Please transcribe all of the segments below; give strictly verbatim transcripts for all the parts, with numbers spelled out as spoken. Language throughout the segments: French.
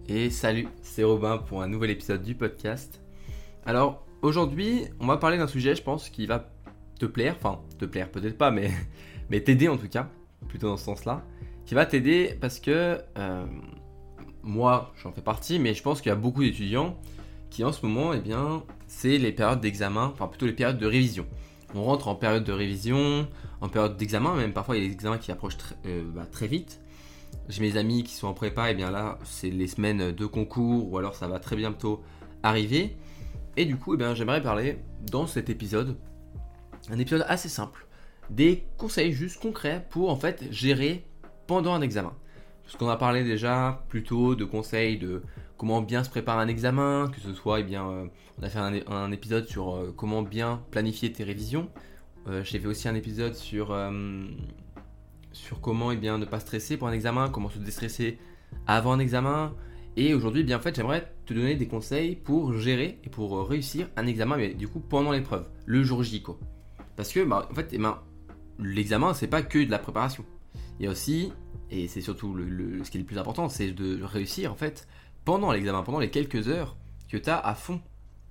Et salut, c'est Robin pour un nouvel épisode du podcast. Alors aujourd'hui, on va parler d'un sujet, je pense, qui va te plaire, enfin te plaire peut-être pas, mais, mais t'aider en tout cas, plutôt dans ce sens-là, qui va t'aider parce que euh, moi, j'en fais partie, mais je pense qu'il y a beaucoup d'étudiants qui en ce moment, eh bien, c'est les périodes d'examen, enfin plutôt les périodes de révision. On rentre en période de révision, en période d'examen, même parfois il y a des examens qui approchent très, euh, bah, très vite. J'ai mes amis qui sont en prépa, et bien là, c'est les semaines de concours, ou alors ça va très bientôt arriver. Et du coup, eh bien, j'aimerais parler dans cet épisode, un épisode assez simple, des conseils juste concrets pour en fait gérer pendant un examen. Parce qu'on a parlé déjà plutôt de conseils de comment bien se préparer un examen, que ce soit, eh bien, euh, on a fait un, un épisode sur euh, comment bien planifier tes révisions. Euh, j'ai fait aussi un épisode sur... Euh, sur comment eh bien, ne pas stresser pour un examen, comment se déstresser avant un examen. Et aujourd'hui, eh bien, en fait, j'aimerais te donner des conseils pour gérer et pour réussir un examen, mais du coup pendant l'épreuve, le jour J, quoi. Parce que bah, en fait, eh ben, l'examen, c'est pas que de la préparation. Il y a aussi, et c'est surtout le, le, ce qui est le plus important, c'est de réussir en fait pendant l'examen, pendant les quelques heures que tu as à fond.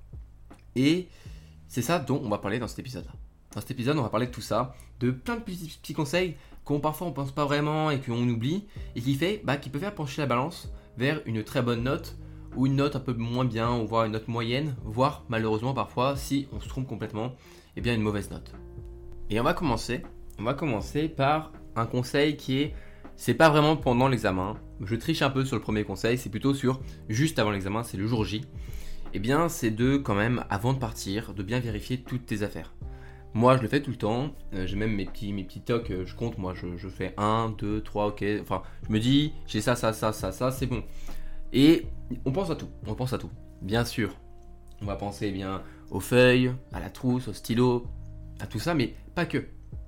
Et c'est ça dont on va parler dans cet épisode-là. Dans cet épisode, on va parler de tout ça, de plein de petits, petits conseils qu'on parfois on pense pas vraiment et qu'on oublie, et qui fait, bah, qui peut faire pencher la balance vers une très bonne note ou une note un peu moins bien, ou voire une note moyenne, voire malheureusement parfois, si on se trompe complètement, eh bien une mauvaise note. Et on va commencer, on va commencer par un conseil qui est, c'est pas vraiment pendant l'examen. Je triche un peu sur le premier conseil, c'est plutôt sur juste avant l'examen, c'est le jour J. Eh bien, c'est de quand même, avant de partir, de bien vérifier toutes tes affaires. Moi, je le fais tout le temps. Euh, j'ai même mes petits, mes petits tocs. Euh, je compte. Moi, je, je fais un, deux, trois, ok. Enfin, je me dis, j'ai ça, ça, ça, ça, ça, c'est bon. Et on pense à tout. On pense à tout. Bien sûr, on va penser eh bien aux feuilles, à la trousse, au stylo, à tout ça, mais pas que.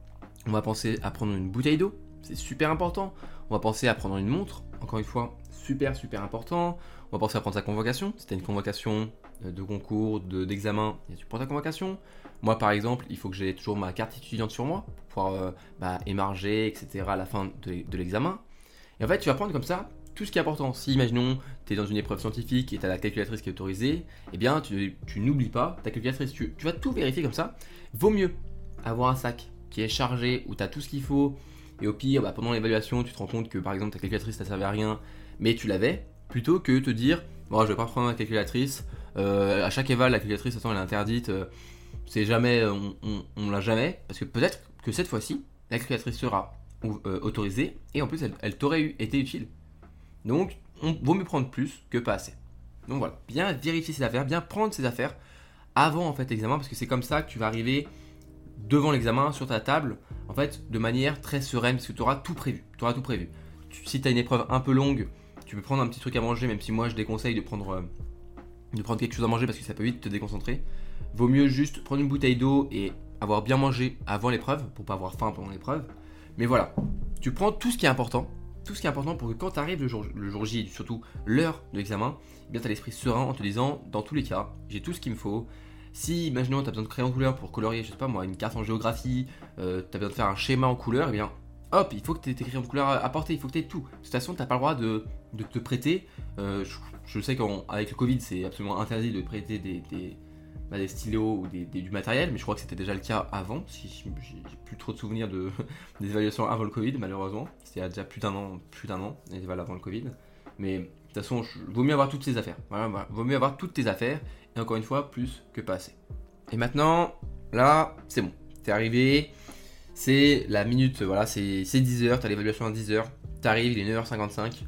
On va penser à prendre une bouteille d'eau. C'est super important. On va penser à prendre une montre. Encore une fois, super, super important. On va penser à prendre sa convocation. Si tu as une convocation de concours, de, d'examen, et tu prends ta convocation. Moi, par exemple, il faut que j'ai toujours ma carte étudiante sur moi pour pouvoir euh, bah, émarger, et cetera à la fin de, de l'examen. Et en fait, tu vas prendre comme ça tout ce qui est important. Si, imaginons, tu es dans une épreuve scientifique et tu as la calculatrice qui est autorisée, eh bien, tu, tu n'oublies pas ta calculatrice. Tu, tu vas tout vérifier comme ça. Vaut mieux avoir un sac qui est chargé où tu as tout ce qu'il faut. Et au pire, bah, pendant l'évaluation, tu te rends compte que, par exemple, ta calculatrice, ça ne servait à rien, mais tu l'avais, plutôt que te dire, bon, je ne vais pas prendre ma calculatrice. Euh, à chaque éval, la calculatrice, attends, elle est interdite. Euh, c'est jamais, on, on, on l'a jamais, parce que peut-être que cette fois-ci, la calculatrice sera euh, autorisée, et en plus, elle, elle t'aurait eu, été utile. Donc, on vaut mieux prendre plus que pas assez. Donc voilà, bien vérifier ses affaires, bien prendre ses affaires avant en fait l'examen, parce que c'est comme ça que tu vas arriver devant l'examen, sur ta table, en fait, de manière très sereine, parce que tu auras tout prévu. Tu auras tout prévu. Tu, si tu as une épreuve un peu longue, tu peux prendre un petit truc à manger, même si moi je déconseille de prendre... Euh, de prendre quelque chose à manger parce que ça peut vite te déconcentrer. Vaut mieux juste prendre une bouteille d'eau et avoir bien mangé avant l'épreuve pour pas avoir faim pendant l'épreuve. Mais voilà, tu prends tout ce qui est important, tout ce qui est important pour que quand tu arrives le jour, le jour J et surtout l'heure de l'examen, eh bien tu as l'esprit serein en te disant, dans tous les cas, j'ai tout ce qu'il me faut. Si, imaginons, tu as besoin de crayon de couleur pour colorier, je sais pas moi, une carte en géographie, euh, tu as besoin de faire un schéma en couleur, eh bien hop, il faut que tu aies tes crayons de couleur à porter, il faut que tu aies tout. De toute façon, tu n'as pas le droit de, de te prêter. Euh, je, je sais qu'avec le Covid, c'est absolument interdit de prêter des, des, bah, des stylos ou des, des, du matériel, mais je crois que c'était déjà le cas avant. Si, j'ai plus trop de souvenirs de, des évaluations avant le Covid, malheureusement. C'était il y a déjà plus d'un an, plus d'un an, les évaluations avant le Covid. Mais de toute façon, il vaut mieux avoir toutes ces affaires. Voilà, voilà, vaut mieux avoir toutes tes affaires, et encore une fois, plus que pas assez. Et maintenant, là, c'est bon. T'es arrivé. C'est la minute, voilà, c'est, c'est dix heures, tu as l'évaluation à dix heures, tu arrives, il est neuf heures cinquante-cinq,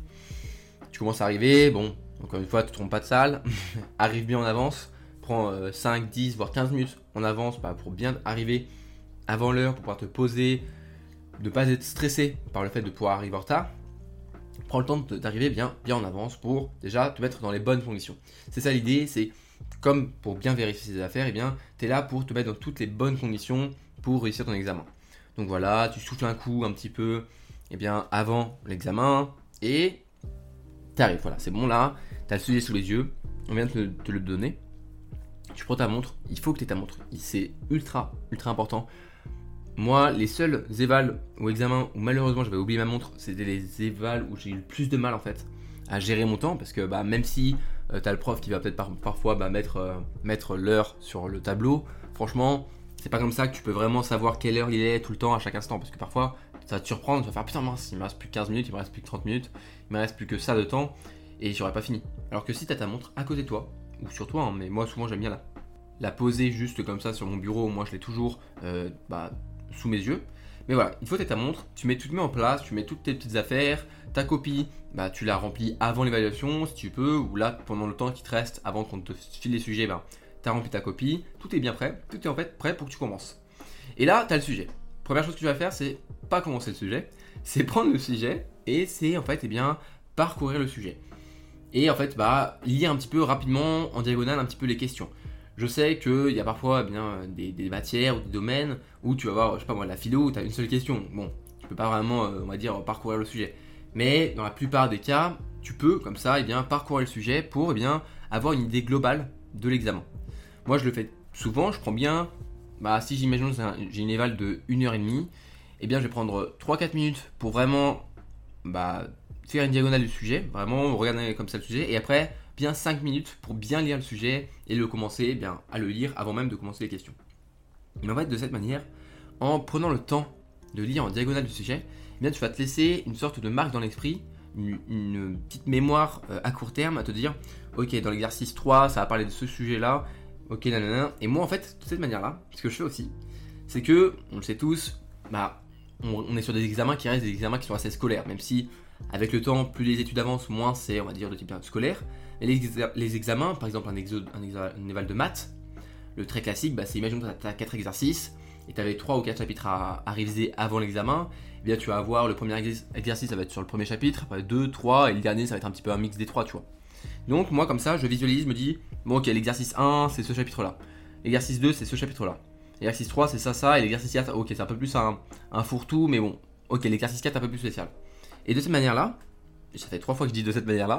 tu commences à arriver, bon, encore une fois, tu ne te trompes pas de salle, arrive bien en avance, prends euh, cinq, dix, voire quinze minutes en avance bah, pour bien arriver avant l'heure, pour pouvoir te poser, de ne pas être stressé par le fait de pouvoir arriver en retard. Prends le temps de, d'arriver bien, bien en avance pour déjà te mettre dans les bonnes conditions. C'est ça l'idée, c'est comme pour bien vérifier ses affaires, eh bien, tu es là pour te mettre dans toutes les bonnes conditions pour réussir ton examen. Donc voilà, tu souffles un coup un petit peu eh bien, avant l'examen et t'arrives. Voilà, c'est bon là, t'as le sujet sous les yeux, on vient de te, te le donner. Tu prends ta montre, il faut que tu aies ta montre. C'est ultra, ultra important. Moi, les seuls évals ou examens où malheureusement j'avais oublié ma montre, c'était les évals où j'ai eu le plus de mal en fait à gérer mon temps, parce que bah, même si euh, tu as le prof qui va peut-être par- parfois bah, mettre, euh, mettre l'heure sur le tableau, franchement, c'est pas comme ça que tu peux vraiment savoir quelle heure il est tout le temps à chaque instant, parce que parfois ça va te surprendre, tu vas faire putain mince, il me reste plus que quinze minutes, il me reste plus que trente minutes, il me reste plus que ça de temps, et j'aurais pas fini. Alors que si tu as ta montre à côté de toi, ou sur toi, hein, mais moi souvent j'aime bien la, la poser juste comme ça sur mon bureau, moi je l'ai toujours euh, bah, sous mes yeux. Mais voilà, il faut que ta montre, tu mets, tu te mets en place, tu mets toutes tes petites affaires, ta copie, bah, tu la remplis avant l'évaluation si tu peux, ou là pendant le temps qui te reste avant qu'on te file les sujets, bah, tu as rempli ta copie, tout est bien prêt, tout est en fait prêt pour que tu commences. Et là, tu as le sujet. Première chose que tu vas faire, c'est pas commencer le sujet, c'est prendre le sujet et c'est en fait eh bien, parcourir le sujet. Et en fait, bah, lire un petit peu rapidement, en diagonale, un petit peu les questions. Je sais qu'il y a parfois eh bien, des, des matières ou des domaines où tu vas voir, je sais pas moi, la philo où tu as une seule question. Bon, tu peux pas vraiment, euh, on va dire, parcourir le sujet. Mais dans la plupart des cas, tu peux, comme ça, eh bien, parcourir le sujet pour eh bien, avoir une idée globale de l'examen. Moi, je le fais souvent, je prends bien, bah, si j'imagine que j'ai une éval de une heure trente, eh bien, je vais prendre trois à quatre minutes pour vraiment bah, faire une diagonale du sujet, vraiment regarder comme ça le sujet, et après, bien cinq minutes pour bien lire le sujet et le commencer eh bien, à le lire avant même de commencer les questions. Mais en fait, de cette manière, en prenant le temps de lire en diagonale du sujet, eh bien, tu vas te laisser une sorte de marque dans l'esprit, une, une petite mémoire euh, à court terme à te dire ok, dans l'exercice trois, ça va parler de ce sujet-là, ok, nanana. Et moi, en fait, de cette manière-là, ce que je fais aussi, c'est que, on le sait tous, bah, on, on est sur des examens qui restent des examens qui sont assez scolaires, même si avec le temps, plus les études avancent, moins c'est, on va dire, de type scolaire. Et les, exa- les examens, par exemple un, exo, un, exa, un éval de maths, le très classique, bah, c'est imagine que tu as quatre exercices et tu avais trois ou quatre chapitres à, à réviser avant l'examen. Eh bien, tu vas avoir le premier exercice, exercice, ça va être sur le premier chapitre, après deux, trois, et le dernier, ça va être un petit peu un mix des trois, tu vois. Donc, moi, comme ça, je visualise, je me dis, bon, ok, l'exercice un, c'est ce chapitre-là. L'exercice deux, c'est ce chapitre-là. L'exercice trois, c'est ça, ça, et l'exercice quatre, ok, c'est un peu plus un, un fourre-tout, mais bon, ok, l'exercice quatre, un peu plus spécial. Et de cette manière-là, ça fait trois fois que je dis de cette manière-là,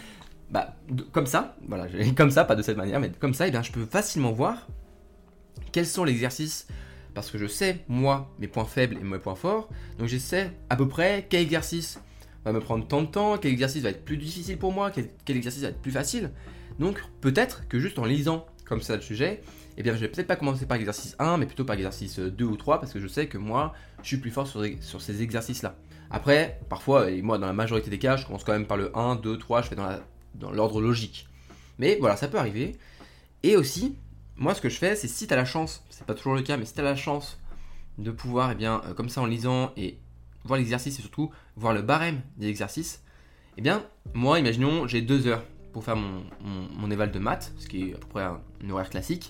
bah, de, comme ça, voilà, comme ça, pas de cette manière, mais comme ça, et bien, je peux facilement voir quels sont les exercices, parce que je sais, moi, mes points faibles et mes points forts, donc je sais à peu près quel exercice va me prendre tant de temps, quel exercice va être plus difficile pour moi, quel, quel exercice va être plus facile. Donc, peut-être que juste en lisant comme ça le sujet, eh bien, je vais peut-être pas commencer par l'exercice un, mais plutôt par l'exercice deux ou trois, parce que je sais que moi, je suis plus fort sur, sur ces exercices-là. Après, parfois, et moi, dans la majorité des cas, je commence quand même par le un, deux, trois, je fais dans, la, dans l'ordre logique. Mais voilà, ça peut arriver. Et aussi, moi, ce que je fais, c'est si tu as la chance, c'est pas toujours le cas, mais si tu as la chance de pouvoir, eh bien, euh, comme ça, en lisant et voir l'exercice et surtout voir le barème des exercices, eh bien, moi, imaginons, j'ai deux heures pour faire mon, mon, mon éval de maths, ce qui est à peu près un, un horaire classique,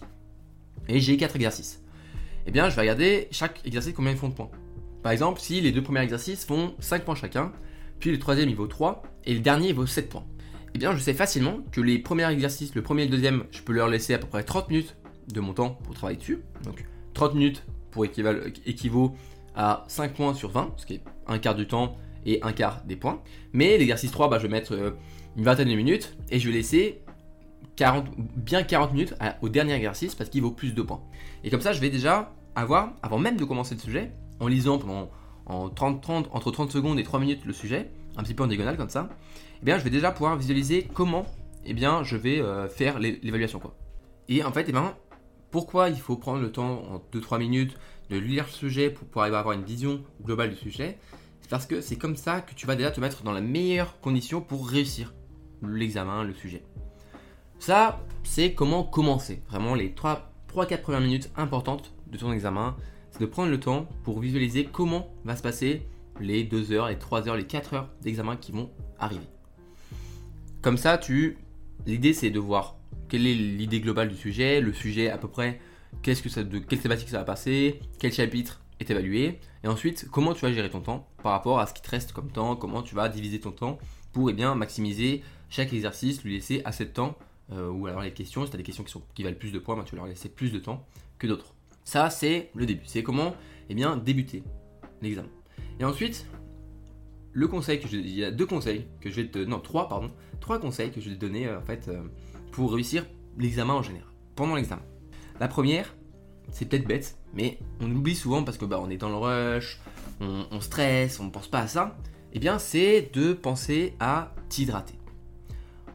et j'ai quatre exercices. Eh bien, je vais regarder chaque exercice combien ils font de points. Par exemple, si les deux premiers exercices font cinq points chacun, puis le troisième il vaut trois, et le dernier il vaut sept points. Eh bien, je sais facilement que les premiers exercices, le premier et le deuxième, je peux leur laisser à peu près trente minutes de mon temps pour travailler dessus. Donc, trente minutes pour équival- équivaut à cinq points sur vingt, ce qui est un quart du temps et un quart des points. Mais l'exercice trois, bah, je vais mettre euh, une vingtaine de minutes, et je vais laisser quarante, bien quarante minutes à, au dernier exercice parce qu'il vaut plus de points. Et comme ça, je vais déjà avoir, avant même de commencer le sujet, en lisant pendant en trente, trente, entre trente secondes et trois minutes le sujet, un petit peu en diagonale comme ça, eh bien, je vais déjà pouvoir visualiser comment eh bien, je vais euh, faire l'évaluation, quoi. Et en fait, eh bien, pourquoi il faut prendre le temps en deux trois minutes de lire le sujet pour pouvoir avoir une vision globale du sujet? C'est parce que c'est comme ça que tu vas déjà te mettre dans la meilleure condition pour réussir l'examen, le sujet. Ça, c'est comment commencer. Vraiment, les trois à quatre premières minutes importantes de ton examen, c'est de prendre le temps pour visualiser comment va se passer les deux heures, les trois heures, les quatre heures d'examen qui vont arriver. Comme ça, tu... l'idée c'est de voir quelle est l'idée globale du sujet, le sujet à peu près, qu'est-ce que ça, de quelle thématique ça va passer, quel chapitre est évalué, et ensuite comment tu vas gérer ton temps par rapport à ce qui te reste comme temps, comment tu vas diviser ton temps pour eh bien, maximiser chaque exercice, lui laisser assez de temps, euh, ou alors les questions, si tu as des questions qui, sont, qui valent plus de points, ben, tu vas leur laisser plus de temps que d'autres. Ça, c'est le début. C'est comment eh bien, débuter l'examen. Et ensuite, le conseil que je, il y a deux conseils que je vais te, non trois pardon, trois conseils que je vais te donner euh, en fait euh, pour réussir l'examen en général, pendant l'examen. La première, c'est peut-être bête, mais on oublie souvent parce que bah, on est dans le rush, on, on stresse, on ne pense pas à ça. Eh bien, c'est de penser à t'hydrater.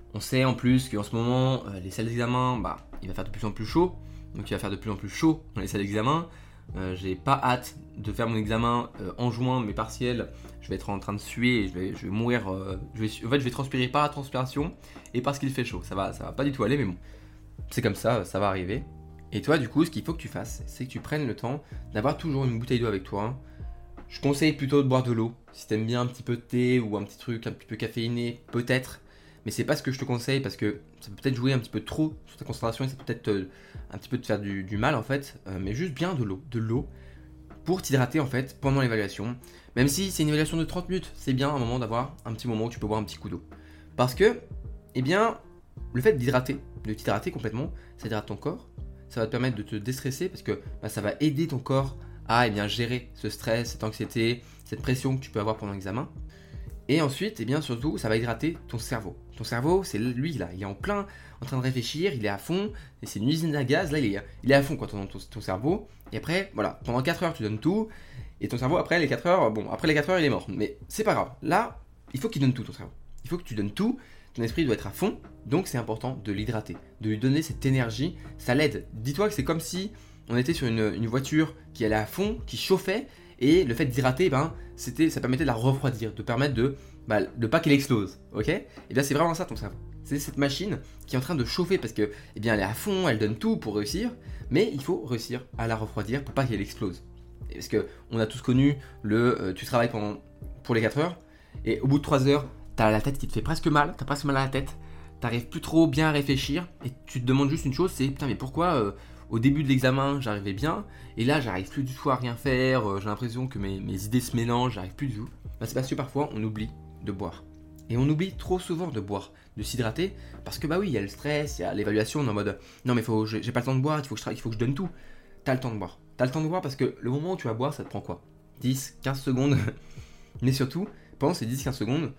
On sait en plus qu'en ce moment, euh, les salles d'examen, bah, il va faire de plus en plus chaud. Donc il va faire de plus en plus chaud dans les salles d'examen. Euh, j'ai pas hâte de faire mon examen euh, en juin, mes partiels. Je vais être en train de suer, et je vais, je vais mourir. Euh, je vais, en fait, je vais transpirer par la transpiration et parce qu'il fait chaud. Ça va, ça va pas du tout aller, mais bon, c'est comme ça, ça va arriver. Et toi, du coup, ce qu'il faut que tu fasses, c'est que tu prennes le temps d'avoir toujours une bouteille d'eau avec toi. Je conseille plutôt de boire de l'eau. Si t'aimes bien un petit peu de thé ou un petit truc un petit peu caféiné, peut-être. Mais c'est pas ce que je te conseille parce que ça peut peut-être jouer un petit peu trop sur ta concentration et ça peut peut-être euh, un petit peu te faire du, du mal en fait. Euh, mais juste bien de l'eau, de l'eau pour t'hydrater en fait pendant l'évaluation. Même si c'est une évaluation de trente minutes, c'est bien un moment d'avoir un petit moment où tu peux boire un petit coup d'eau. Parce que, eh bien, le fait d'hydrater, de t'hydrater complètement, ça hydrate ton corps. Ça va te permettre de te déstresser parce que bah, ça va aider ton corps à eh bien, gérer ce stress, cette anxiété, cette pression que tu peux avoir pendant l'examen. Et ensuite, et bien surtout, ça va hydrater ton cerveau. Ton cerveau, c'est lui là, il est en plein, en train de réfléchir, il est à fond, et c'est une usine à gaz, là il est, il est à fond quand on entend ton, ton cerveau. Et après, voilà, pendant quatre heures tu donnes tout, et ton cerveau après les quatre heures, bon, après les quatre heures il est mort. Mais c'est pas grave, là, il faut qu'il donne tout ton cerveau. Il faut que tu donnes tout, ton esprit doit être à fond, donc c'est important de l'hydrater, de lui donner cette énergie, ça l'aide. Dis-toi que c'est comme si on était sur une, une voiture qui allait à fond, qui chauffait, et le fait d'hydrater, ben, c'était, ça permettait de la refroidir, de permettre de bah, de pas qu'elle explose, ok? Et bien c'est vraiment ça ton cerveau. C'est cette machine qui est en train de chauffer parce que, eh bien, elle est à fond, elle donne tout pour réussir, mais il faut réussir à la refroidir pour pas qu'elle explose. Et parce que on a tous connu le, euh, tu travailles pendant pour les quatre heures et au bout de trois heures, t'as la tête qui te fait presque mal, t'as presque mal à la tête, t'arrives plus trop bien à réfléchir et tu te demandes juste une chose, c'est putain mais pourquoi euh, au début de l'examen j'arrivais bien et là j'arrive plus du tout à rien faire, euh, j'ai l'impression que mes, mes idées se mélangent, j'arrive plus du tout. Bah, c'est parce que parfois on oublie de boire. Et on oublie trop souvent de boire, de s'hydrater, parce que bah oui, il y a le stress, il y a l'évaluation, on est en mode non mais faut, j'ai, j'ai pas le temps de boire, il faut que je, il faut que je donne tout. T'as le temps de boire. T'as le temps de boire parce que le moment où tu vas boire, ça te prend quoi? dix, quinze secondes. Mais surtout, pendant ces dix quinze secondes,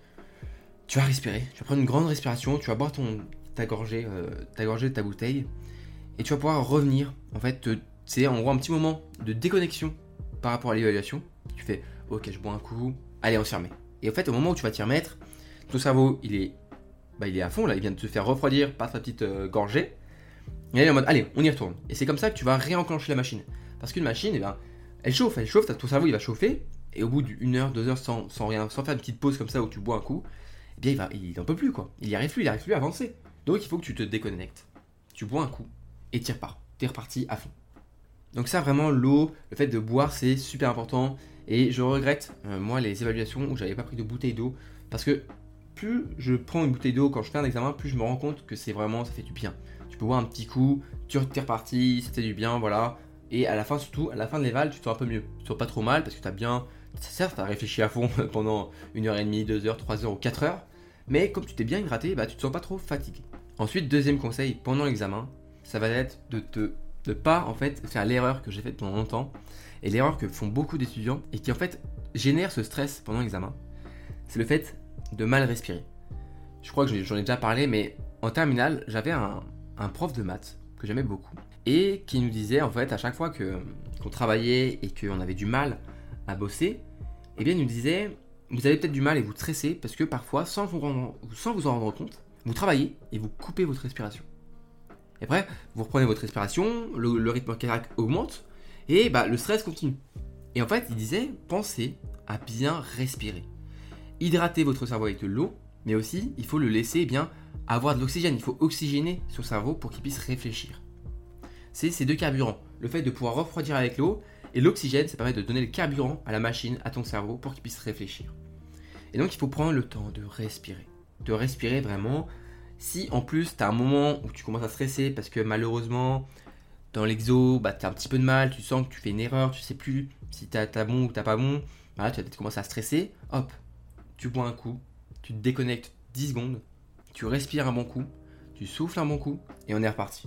tu vas respirer, tu vas prendre une grande respiration, tu vas boire ton, ta gorgée, euh, ta gorgée de ta bouteille, et tu vas pouvoir revenir, en fait, te, c'est en gros un petit moment de déconnexion par rapport à l'évaluation. Tu fais ok, je bois un coup, allez on se remet. Et en fait, au moment où tu vas t'y remettre, ton cerveau, il est, bah, il est à fond, là, il vient de te faire refroidir par ta petite euh, gorgée. Et là, il est en mode, allez, on y retourne. Et c'est comme ça que tu vas réenclencher la machine. Parce qu'une machine, eh ben, elle chauffe, elle chauffe, ton cerveau, il va chauffer. Et au bout d'une heure, deux heures, sans, sans rien, sans faire une petite pause comme ça où tu bois un coup, eh bien, il, va, il en peut plus, quoi. Il y arrive plus, il arrive plus à avancer. Donc, il faut que tu te déconnectes. Tu bois un coup et tu repars. Tu es reparti à fond. Donc ça, vraiment, l'eau, le fait de boire, c'est super important. Et je regrette, euh, moi, les évaluations où j'avais pas pris de bouteille d'eau. Parce que plus je prends une bouteille d'eau quand je fais un examen, plus je me rends compte que c'est vraiment, ça fait du bien. Tu peux boire un petit coup, tu es reparti, c'était du bien, voilà. Et à la fin, surtout, à la fin de l'éval, tu te sens un peu mieux. Tu te sens pas trop mal parce que tu as bien, certes, tu as réfléchi à fond pendant une heure et demie, deux heures, trois heures ou quatre heures. Mais comme tu t'es bien hydraté, bah, tu te sens pas trop fatigué. Ensuite, deuxième conseil, pendant l'examen, ça va être de te de pas en fait faire l'erreur que j'ai faite pendant longtemps et l'erreur que font beaucoup d'étudiants et qui en fait génère ce stress pendant l'examen, c'est le fait de mal respirer. Je crois que j'en ai déjà parlé, mais en terminale, j'avais un, un prof de maths que j'aimais beaucoup et qui nous disait en fait à chaque fois que, qu'on travaillait et qu'on avait du mal à bosser, eh bien il nous disait vous avez peut-être du mal et vous stressez parce que parfois sans vous, rendre, sans vous en rendre compte, vous travaillez et vous coupez votre respiration. Et après, vous reprenez votre respiration, le, le rythme cardiaque augmente, et bah, le stress continue. Et en fait, il disait, pensez à bien respirer. Hydratez votre cerveau avec de l'eau, mais aussi, il faut le laisser eh bien avoir de l'oxygène. Il faut oxygéner son cerveau pour qu'il puisse réfléchir. C'est ces deux carburants. Le fait de pouvoir refroidir avec l'eau, et l'oxygène, ça permet de donner le carburant à la machine, à ton cerveau, pour qu'il puisse réfléchir. Et donc, il faut prendre le temps de respirer. De respirer vraiment. Si en plus tu as un moment où tu commences à stresser parce que malheureusement dans l'exo bah, tu as un petit peu de mal, tu sens que tu fais une erreur, tu sais plus si tu as bon ou tu pas bon, bah, tu vas peut-être commencer à stresser, hop, tu bois un coup, tu te déconnectes dix secondes, tu respires un bon coup, tu souffles un bon coup et on est reparti.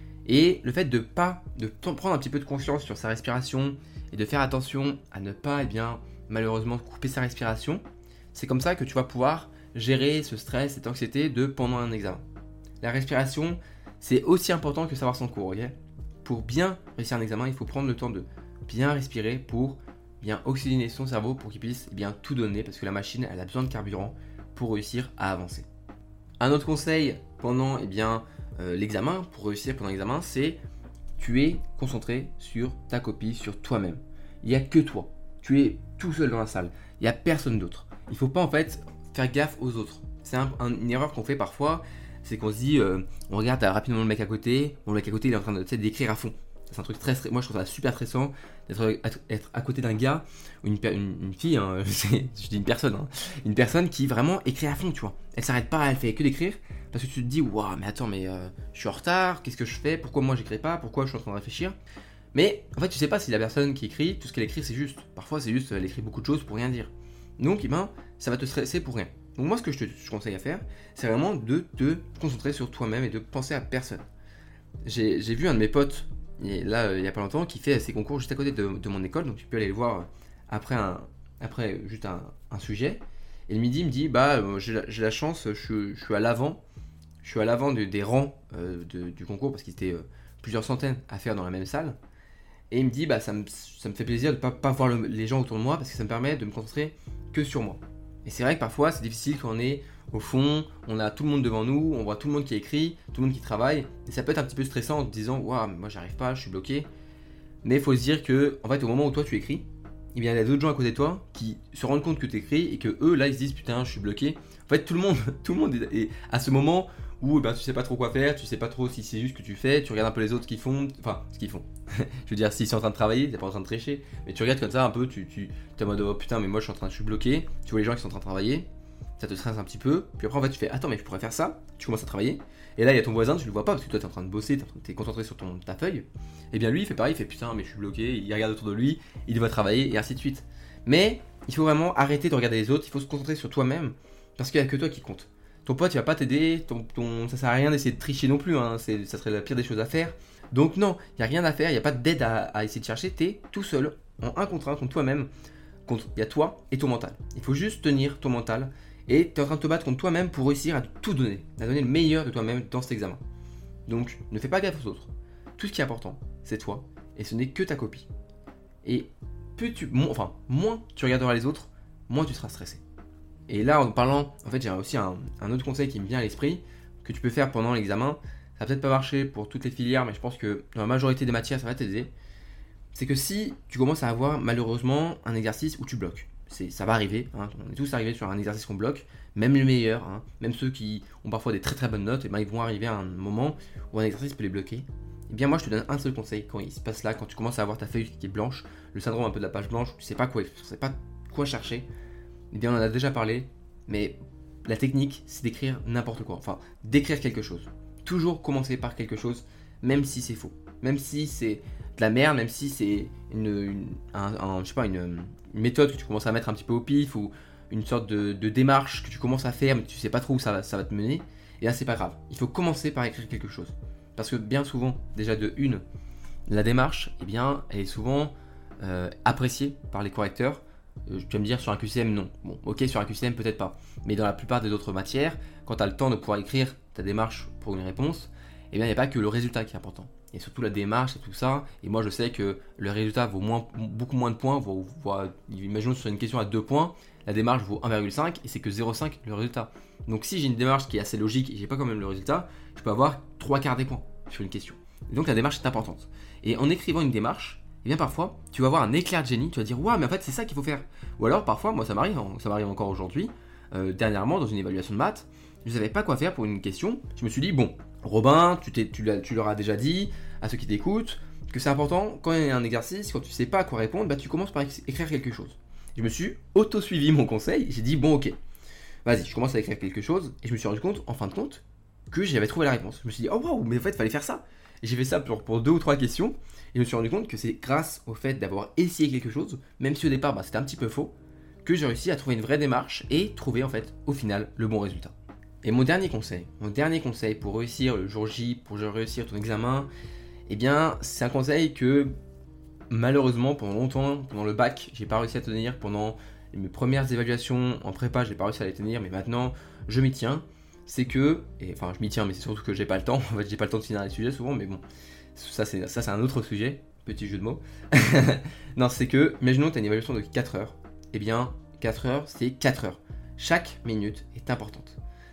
Et le fait de pas de prendre un petit peu de conscience sur sa respiration et de faire attention à ne pas eh bien, malheureusement couper sa respiration, c'est comme ça que tu vas pouvoir gérer ce stress, cette anxiété de pendant un examen. La respiration, c'est aussi important que savoir son cours, ok ? Pour bien réussir un examen, il faut prendre le temps de bien respirer pour bien oxygéner son cerveau pour qu'il puisse bien tout donner parce que la machine, elle a besoin de carburant pour réussir à avancer. Un autre conseil pendant eh bien, euh, l'examen, pour réussir pendant l'examen, c'est tu es concentré sur ta copie, sur toi-même. Il n'y a que toi. Tu es tout seul dans la salle. Il n'y a personne d'autre. Il ne faut pas en fait faire gaffe aux autres. C'est un, un, une erreur qu'on fait parfois, c'est qu'on se dit, euh, on regarde rapidement le mec à côté, bon, le mec à côté il est en train de, tu sais, d'écrire à fond. C'est un truc très stressant. Moi je trouve ça super stressant d'être être à côté d'un gars ou une, une, une fille, hein, je dis une personne, hein, une personne qui vraiment écrit à fond, tu vois. Elle s'arrête pas, elle fait que d'écrire parce que tu te dis, waouh, mais attends, mais euh, je suis en retard, qu'est-ce que je fais, pourquoi moi j'écris pas, pourquoi je suis en train de réfléchir. Mais en fait, tu sais pas si la personne qui écrit, tout ce qu'elle écrit c'est juste. Parfois c'est juste, elle écrit beaucoup de choses pour rien dire. Donc, eh ben, ça va te stresser pour rien. Donc moi ce que je te je conseille à faire, c'est vraiment de te concentrer sur toi-même et de penser à personne. J'ai, j'ai vu un de mes potes, et là euh, il y a pas longtemps, qui fait ses concours juste à côté de, de mon école, donc tu peux aller le voir après, un, après juste un, un sujet. Et le midi il me dit, bah euh, j'ai, la, j'ai la chance, je, je suis à l'avant, je suis à l'avant de, des rangs euh, de, du concours, parce qu'il était euh, plusieurs centaines à faire dans la même salle. Et il me dit, bah ça me, ça me fait plaisir de ne pas, pas voir le, les gens autour de moi, parce que ça me permet de me concentrer que sur moi. Et c'est vrai que parfois c'est difficile quand on est au fond, on a tout le monde devant nous, on voit tout le monde qui écrit, tout le monde qui travaille, et ça peut être un petit peu stressant en te disant waouh, moi j'arrive pas, je suis bloqué. Mais il faut se dire que en fait au moment où toi tu écris, eh bien, il y a d'autres gens à côté de toi qui se rendent compte que tu écris et que eux là ils se disent putain je suis bloqué. En fait tout le monde, tout le monde est à ce moment où ben, tu sais pas trop quoi faire, tu sais pas trop si c'est juste ce que tu fais, tu regardes un peu les autres qui font, enfin ce qu'ils font. Je veux dire s'ils sont en train de travailler, t'es pas en train de tricher, mais tu regardes comme ça un peu, tu, tu es en mode oh putain mais moi je suis en train, je suis bloqué, tu vois les gens qui sont en train de travailler, ça te stresse un petit peu, puis après en fait tu fais attends mais je pourrais faire ça, tu commences à travailler, et là il y a ton voisin, tu le vois pas parce que toi t'es en train de bosser, t'es concentré sur ton, ta feuille, et bien lui il fait pareil, il fait putain mais je suis bloqué, il regarde autour de lui, il doit travailler et ainsi de suite. Mais il faut vraiment arrêter de regarder les autres, il faut se concentrer sur toi-même, parce qu'il n'y a que toi qui compte. Ton pote il va pas t'aider, ton, ton, ça sert à rien d'essayer de tricher non plus, hein, c'est, ça serait la pire des choses à faire. Donc non, il n'y a rien à faire, il n'y a pas d'aide à, à essayer de chercher, t'es tout seul, en un contre un contre toi-même, contre, il y a toi et ton mental. Il faut juste tenir ton mental, et tu es en train de te battre contre toi-même pour réussir à tout donner, à donner le meilleur de toi-même dans cet examen. Donc ne fais pas gaffe aux autres. Tout ce qui est important, c'est toi, et ce n'est que ta copie. Et plus tu, mo- enfin, moins tu regarderas les autres, moins tu seras stressé. Et là, en parlant, en fait, j'ai aussi un, un autre conseil qui me vient à l'esprit, que tu peux faire pendant l'examen. Ça va peut-être pas marcher pour toutes les filières, mais je pense que dans la majorité des matières, ça va t'aider. C'est que si tu commences à avoir malheureusement un exercice où tu bloques, c'est, ça va arriver, hein, on est tous arrivés sur un exercice qu'on bloque, même les meilleurs, hein, même ceux qui ont parfois des très très bonnes notes, et ben ils vont arriver à un moment où un exercice peut les bloquer. Et bien moi je te donne un seul conseil quand il se passe là, quand tu commences à avoir ta feuille qui est blanche, le syndrome un peu de la page blanche, tu sais pas quoi, tu sais pas quoi chercher. Eh bien on en a déjà parlé, mais la technique c'est d'écrire n'importe quoi, enfin d'écrire quelque chose. Toujours commencer par quelque chose, même si c'est faux, même si c'est de la merde, même si c'est une, une, un, un, je sais pas, une, une méthode que tu commences à mettre un petit peu au pif ou une sorte de, de démarche que tu commences à faire mais tu sais pas trop où ça va, ça va te mener, et là c'est pas grave. Il faut commencer par écrire quelque chose. Parce que bien souvent, déjà de une, la démarche, eh bien, elle est souvent euh, appréciée par les correcteurs. Euh, tu vas me dire sur un Q C M non. Bon, ok, sur un Q C M peut-être pas. Mais dans la plupart des autres matières, quand tu as le temps de pouvoir écrire ta démarche pour une réponse, eh bien, il n'y a pas que le résultat qui est important. Et surtout la démarche et tout ça. Et moi, je sais que le résultat vaut moins, beaucoup moins de points. Vaut, vaut, imaginons sur une question à deux points, la démarche vaut un virgule cinq et c'est que zéro virgule cinq le résultat. Donc si j'ai une démarche qui est assez logique et j'ai pas quand même le résultat, je peux avoir trois quarts des points sur une question. Et donc la démarche est importante. Et en écrivant une démarche, eh bien parfois tu vas avoir un éclair de génie, tu vas dire waouh mais en fait c'est ça qu'il faut faire. Ou alors parfois, moi ça m'arrive, ça m'arrive encore aujourd'hui, euh, dernièrement dans une évaluation de maths, je savais pas quoi faire pour une question. Je me suis dit bon, Robin, tu, t'es, tu, tu leur as déjà dit à ceux qui t'écoutent que c'est important quand il y a un exercice, quand tu sais pas à quoi répondre, bah tu commences par écrire quelque chose. Je me suis auto-suivi mon conseil, j'ai dit bon ok, vas-y, je commence à écrire quelque chose, et je me suis rendu compte, en fin de compte, que j'avais trouvé la réponse. Je me suis dit oh waouh, mais en fait il fallait faire ça. Et j'ai fait ça pour, pour deux ou trois questions, et je me suis rendu compte que c'est grâce au fait d'avoir essayé quelque chose, même si au départ bah, c'était un petit peu faux, que j'ai réussi à trouver une vraie démarche et trouver en fait au final le bon résultat. Et mon dernier conseil, mon dernier conseil pour réussir le jour J, pour réussir ton examen, eh bien c'est un conseil que malheureusement pendant longtemps, pendant le bac, j'ai pas réussi à tenir, pendant mes premières évaluations en prépa, j'ai pas réussi à les tenir, mais maintenant je m'y tiens. C'est que, et enfin je m'y tiens, mais c'est surtout que j'ai pas le temps, en fait j'ai pas le temps de finir les sujets souvent, mais bon, ça c'est, ça c'est un autre sujet, petit jeu de mots. Non, c'est que, imaginons que tu as une évaluation de quatre heures, et eh bien quatre heures c'est quatre heures. Chaque minute est importante.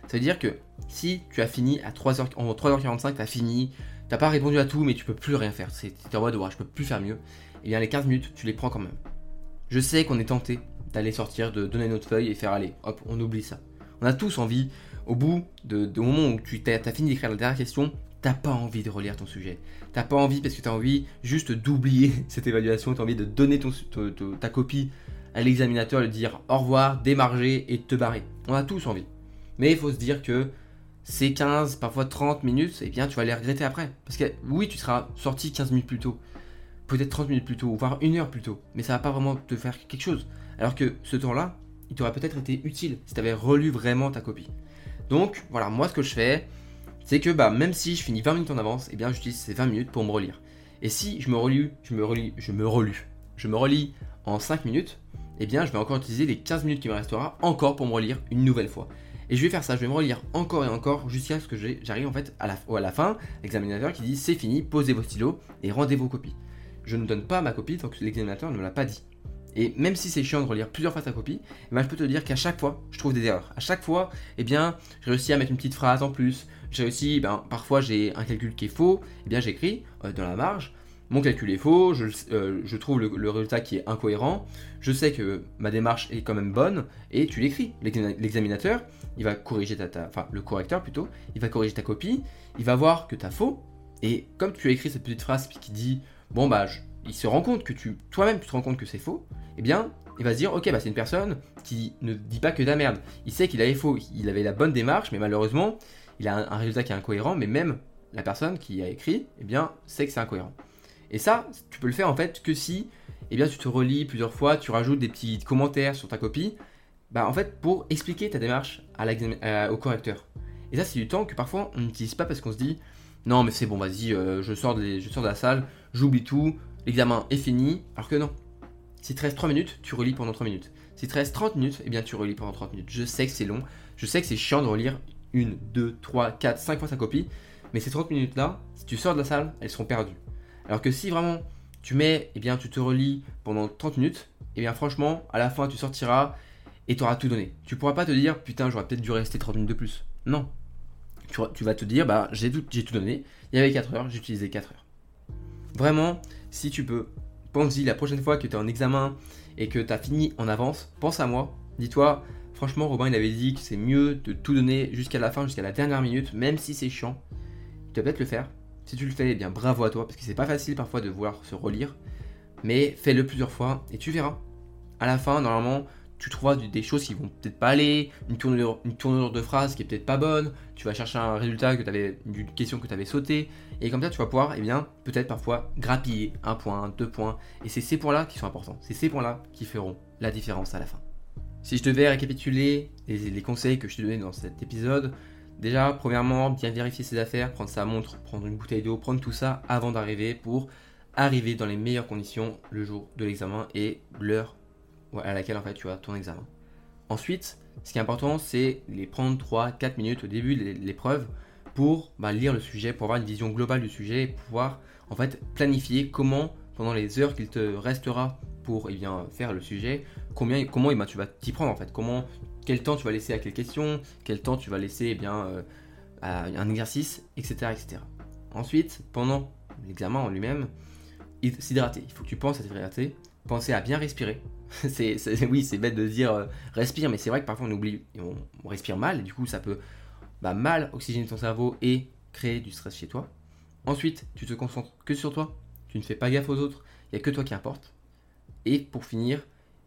Ça veut dire que si tu as fini à trois heures, en trois heures quarante-cinq, tu as fini, tu n'as pas répondu à tout, mais tu peux plus rien faire. Tu es en mode, ouais, je peux plus faire mieux. Et bien les quinze minutes, tu les prends quand même. Je sais qu'on est tenté d'aller sortir, de donner notre feuille et faire aller, hop, on oublie ça. On a tous envie, au bout de, de moment où tu as fini d'écrire la dernière question, t'as pas envie de relire ton sujet. T'as pas envie parce que tu as envie juste d'oublier cette évaluation, tu as envie de donner ton, ton, ton, ta copie à l'examinateur, de dire au revoir, démarger et de te barrer. On a tous envie. Mais il faut se dire que ces quinze, parfois trente minutes, eh bien tu vas les regretter après. Parce que oui, tu seras sorti quinze minutes plus tôt, peut-être trente minutes plus tôt, voire une heure plus tôt, mais ça va pas vraiment te faire quelque chose. Alors que ce temps-là, il t'aurait peut-être été utile si tu avais relu vraiment ta copie. Donc voilà, moi ce que je fais, c'est que bah, même si je finis vingt minutes en avance, eh bien j'utilise ces vingt minutes pour me relire. Et si je me relis, je me relis, je me relis, je me relis en cinq minutes, eh bien je vais encore utiliser les quinze minutes qui me restera encore pour me relire une nouvelle fois. Et je vais faire ça, je vais me relire encore et encore jusqu'à ce que j'arrive en fait à la, à la fin, l'examinateur qui dit c'est fini, posez vos stylos et rendez vos copies. Je ne donne pas ma copie tant que l'examinateur ne me l'a pas dit. Et même si c'est chiant de relire plusieurs fois ta copie, eh ben je peux te dire qu'à chaque fois, je trouve des erreurs. À chaque fois, eh bien, je réussis à mettre une petite phrase en plus. J'ai réussi, ben, parfois j'ai un calcul qui est faux, eh bien j'écris euh, dans la marge. Mon calcul est faux, je, euh, je trouve le, le résultat qui est incohérent. Je sais que ma démarche est quand même bonne et tu l'écris. L'examinateur, il va corriger ta, ta, enfin le correcteur plutôt, il va corriger ta copie, il va voir que tu as faux. Et comme tu as écrit cette petite phrase qui dit, bon bah, je, il se rend compte que tu, toi-même tu te rends compte que c'est faux, eh bien, il va se dire, ok, bah c'est une personne qui ne dit pas que de la merde. Il sait qu'il avait faux, il avait la bonne démarche, mais malheureusement, il a un, un résultat qui est incohérent, mais même la personne qui a écrit, eh bien, sait que c'est incohérent. Et ça, tu peux le faire en fait que si, eh bien, tu te relis plusieurs fois, tu rajoutes des petits commentaires sur ta copie, bah en fait, pour expliquer ta démarche à à, au correcteur. Et ça, c'est du temps que parfois on n'utilise pas parce qu'on se dit, non, mais c'est bon, vas-y, euh, je, sors de, je sors de la salle, j'oublie tout, l'examen est fini, alors que non. Si tu restes trois minutes, tu relis pendant trois minutes. Si tu restes trente minutes, eh bien tu relis pendant trente minutes. Je sais que c'est long, je sais que c'est chiant de relire une, deux, trois, quatre, cinq fois sa copie, mais ces trente minutes-là, si tu sors de la salle, elles seront perdues. Alors que si vraiment tu mets, eh bien tu te relis pendant trente minutes, eh bien franchement, à la fin tu sortiras et tu auras tout donné. Tu pourras pas te dire, putain, j'aurais peut-être dû rester trente minutes de plus. Non. Tu, tu vas te dire, bah j'ai tout, j'ai tout donné, il y avait quatre heures, j'ai utilisé quatre heures. Vraiment, si tu peux, pense-y la prochaine fois que tu es en examen et que tu as fini en avance, pense à moi, dis-toi, franchement Robin il avait dit que c'est mieux de tout donner jusqu'à la fin, jusqu'à la dernière minute, même si c'est chiant, tu vas peut-être le faire. Si tu le fais, eh bien bravo à toi, parce que c'est pas facile parfois de vouloir se relire, mais fais-le plusieurs fois et tu verras. À la fin, normalement, tu trouveras des choses qui vont peut-être pas aller, une tournure, une tournure de phrase qui est peut-être pas bonne, tu vas chercher un résultat que tu avais, une question que tu avais sautée, et comme ça tu vas pouvoir, eh bien, peut-être parfois grappiller un point, deux points, et c'est ces points-là qui sont importants, c'est ces points-là qui feront la différence à la fin. Si je devais récapituler les, les conseils que je t'ai donnés dans cet épisode, déjà, premièrement, bien vérifier ses affaires, prendre sa montre, prendre une bouteille d'eau, prendre tout ça avant d'arriver pour arriver dans les meilleures conditions le jour de l'examen et l'heure à laquelle en fait tu as ton examen. Ensuite, ce qui est important, c'est les prendre trois à quatre minutes au début de l'épreuve pour bah, lire le sujet, pour avoir une vision globale du sujet et pouvoir en fait planifier comment, pendant les heures qu'il te restera pour eh bien, faire le sujet, combien, comment eh bien, tu vas t'y prendre en fait, comment, quel temps tu vas laisser à quelle question, quel temps tu vas laisser eh bien, euh, à un exercice, et cetera, et cetera. Ensuite, pendant l'examen en lui-même, s'hydrater. Il faut que tu penses à t'hydrater, penser à bien respirer. c'est, c'est, oui, c'est bête de dire euh, respire, mais c'est vrai que parfois on oublie, on, on respire mal, et du coup ça peut bah, mal oxygéner ton cerveau et créer du stress chez toi. Ensuite, tu te concentres que sur toi, tu ne fais pas gaffe aux autres, il n'y a que toi qui importe. Et pour finir,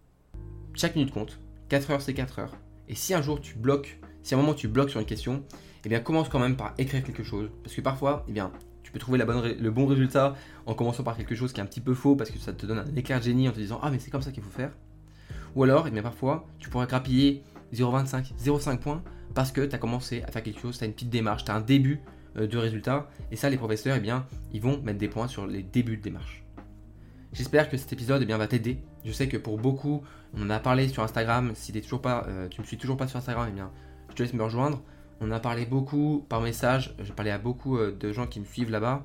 chaque minute compte, quatre heures c'est quatre heures. Et si un jour tu bloques, si à un moment tu bloques sur une question, eh bien commence quand même par écrire quelque chose. Parce que parfois, eh bien, tu peux trouver la bonne ré- le bon résultat en commençant par quelque chose qui est un petit peu faux parce que ça te donne un éclair de génie en te disant « Ah mais c'est comme ça qu'il faut faire ». Ou alors, eh bien, parfois, tu pourras grappiller zéro virgule vingt-cinq, zéro virgule cinq points parce que tu as commencé à faire quelque chose, tu as une petite démarche, tu as un début euh, de résultat. Et ça, les professeurs, eh bien, ils vont mettre des points sur les débuts de démarche. J'espère que cet épisode eh bien, va t'aider. Je sais que pour beaucoup, on en a parlé sur Instagram. Si t'es toujours pas, euh, tu ne me suis toujours pas sur Instagram, eh bien, je te laisse me rejoindre. On en a parlé beaucoup par message. J'ai parlé à beaucoup euh, de gens qui me suivent là-bas.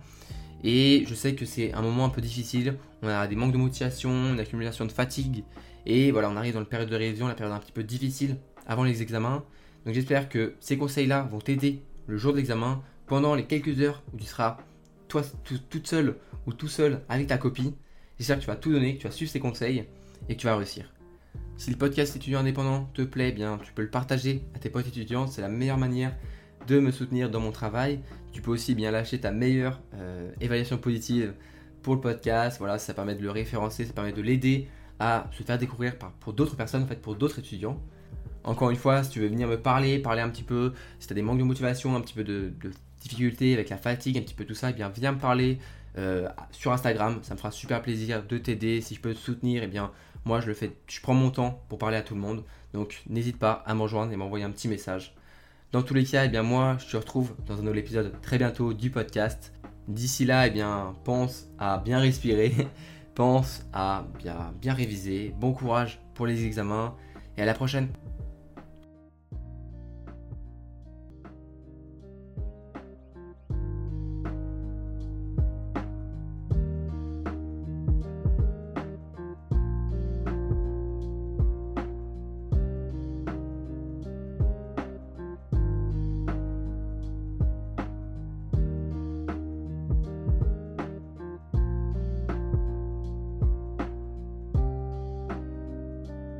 Et je sais que c'est un moment un peu difficile. On a des manques de motivation, une accumulation de fatigue. Et voilà, on arrive dans la période de révision, la période un petit peu difficile avant les examens. Donc j'espère que ces conseils-là vont t'aider le jour de l'examen, pendant les quelques heures où tu seras toi tout, toute seule ou tout seul avec ta copie. J'espère que tu vas tout donner, que tu vas suivre ces conseils et que tu vas réussir. Si le podcast étudiant indépendant te plaît, eh bien tu peux le partager à tes potes étudiants, c'est la meilleure manière de me soutenir dans mon travail. Tu peux aussi bien lâcher ta meilleure euh, évaluation positive pour le podcast. Voilà, ça permet de le référencer, ça permet de l'aider à se faire découvrir par, pour d'autres personnes, en fait, pour d'autres étudiants. Encore une fois, si tu veux venir me parler, parler un petit peu, si tu as des manques de motivation, un petit peu de, de difficultés avec la fatigue, un petit peu tout ça, eh bien viens me parler euh, sur Instagram. Ça me fera super plaisir de t'aider. Si je peux te soutenir, eh bien moi je le fais, je prends mon temps pour parler à tout le monde. Donc n'hésite pas à me rejoindre et m'envoyer un petit message. Dans tous les cas, eh bien moi je te retrouve dans un nouvel épisode très bientôt du podcast. D'ici là, eh bien pense à bien respirer, pense à bien, bien réviser. Bon courage pour les examens et à la prochaine.